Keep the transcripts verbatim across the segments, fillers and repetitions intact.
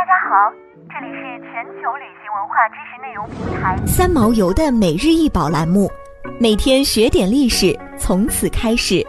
家好，这里是全球旅行文化知识内容平台三毛游的每日一宝栏目，每天学点历史，从此开始。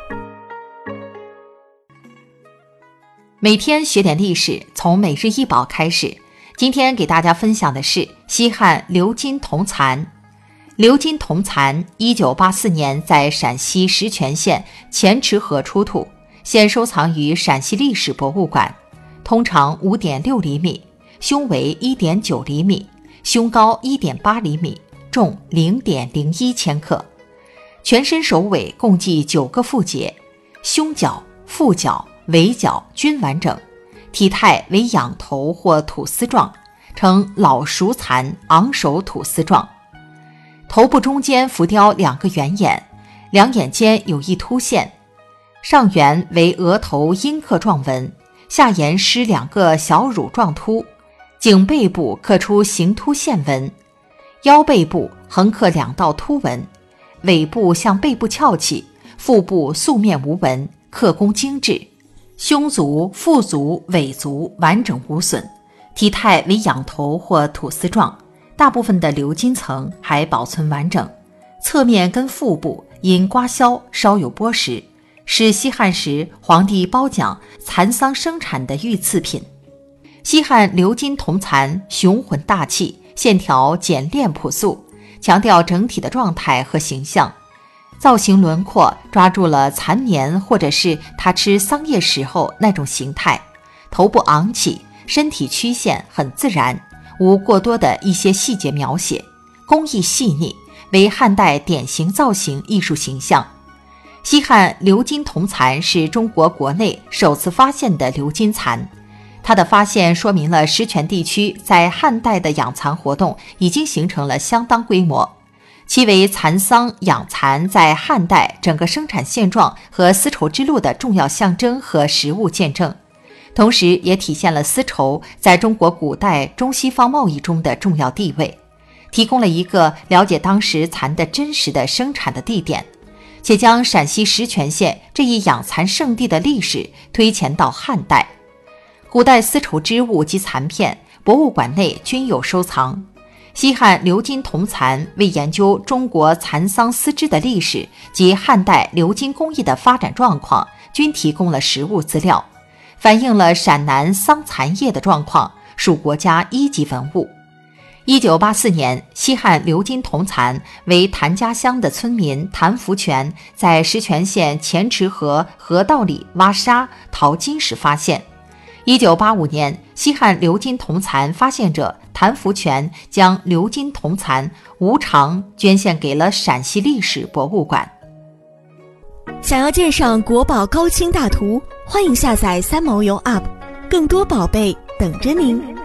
每天学点历史，从每日一宝开始。今天给大家分享的是西汉鎏金铜蚕。鎏金铜蚕一九八四年在陕西石泉县前池河出土，现收藏于陕西历史博物馆。通长 五点六厘米，胸围 一点九厘米，胸高 一点八厘米，重 零点零一千克。全身首尾共计九个腹节，胸角、腹角、尾角均完整，体态为仰头或吐丝状，呈老熟蚕昂首吐丝状。头部中间浮雕两个圆眼，两眼间有一凸线，上缘为额头阴刻状纹，下沿施两个小乳状凸，颈背部刻出形凸线纹，腰背部横刻两道凸纹，尾部向背部翘起，腹部素面无纹，刻工精致，胸足、腹足、尾足完整无损，体态为仰头或吐丝状，大部分的鎏金层还保存完整，侧面跟腹部因刮削稍有剥蚀，是西汉时皇帝褒奖蚕桑生产的御赐品。西汉鎏金铜蚕雄浑大气，线条简练朴素，强调整体的状态和形象，造型轮廓抓住了蚕棉或者是它吃桑叶时候那种形态，头部昂起，身体曲线很自然，无过多的一些细节描写，工艺细腻，为汉代典型造型艺术形象。西汉鎏金铜蚕是中国国内首次发现的鎏金蚕，它的发现说明了石泉地区在汉代的养蚕活动已经形成了相当规模，其为蚕桑养蚕在汉代整个生产现状和丝绸之路的重要象征和实物见证，同时也体现了丝绸在中国古代中西方贸易中的重要地位，提供了一个了解当时蚕的真实的生产的地点，且将陕西石泉县这一养蚕圣地的历史推前到汉代。古代丝绸织物及蚕片博物馆内均有收藏，西汉鎏金铜蚕为研究中国蚕桑丝织的历史及汉代鎏金工艺的发展状况均提供了实物资料，反映了陕南桑蚕业的状况，属国家一级文物。一九八四年，西汉鎏金铜蚕为谭家乡的村民谭福全在石泉县前池河河道里挖沙淘金时发现。一九八五年，西汉鎏金铜蚕发现者谭福全将鎏金铜蚕无偿捐献给了陕西历史博物馆。 想要鉴赏国宝高清大图，欢迎下载三毛游 App， 更多宝贝等着您。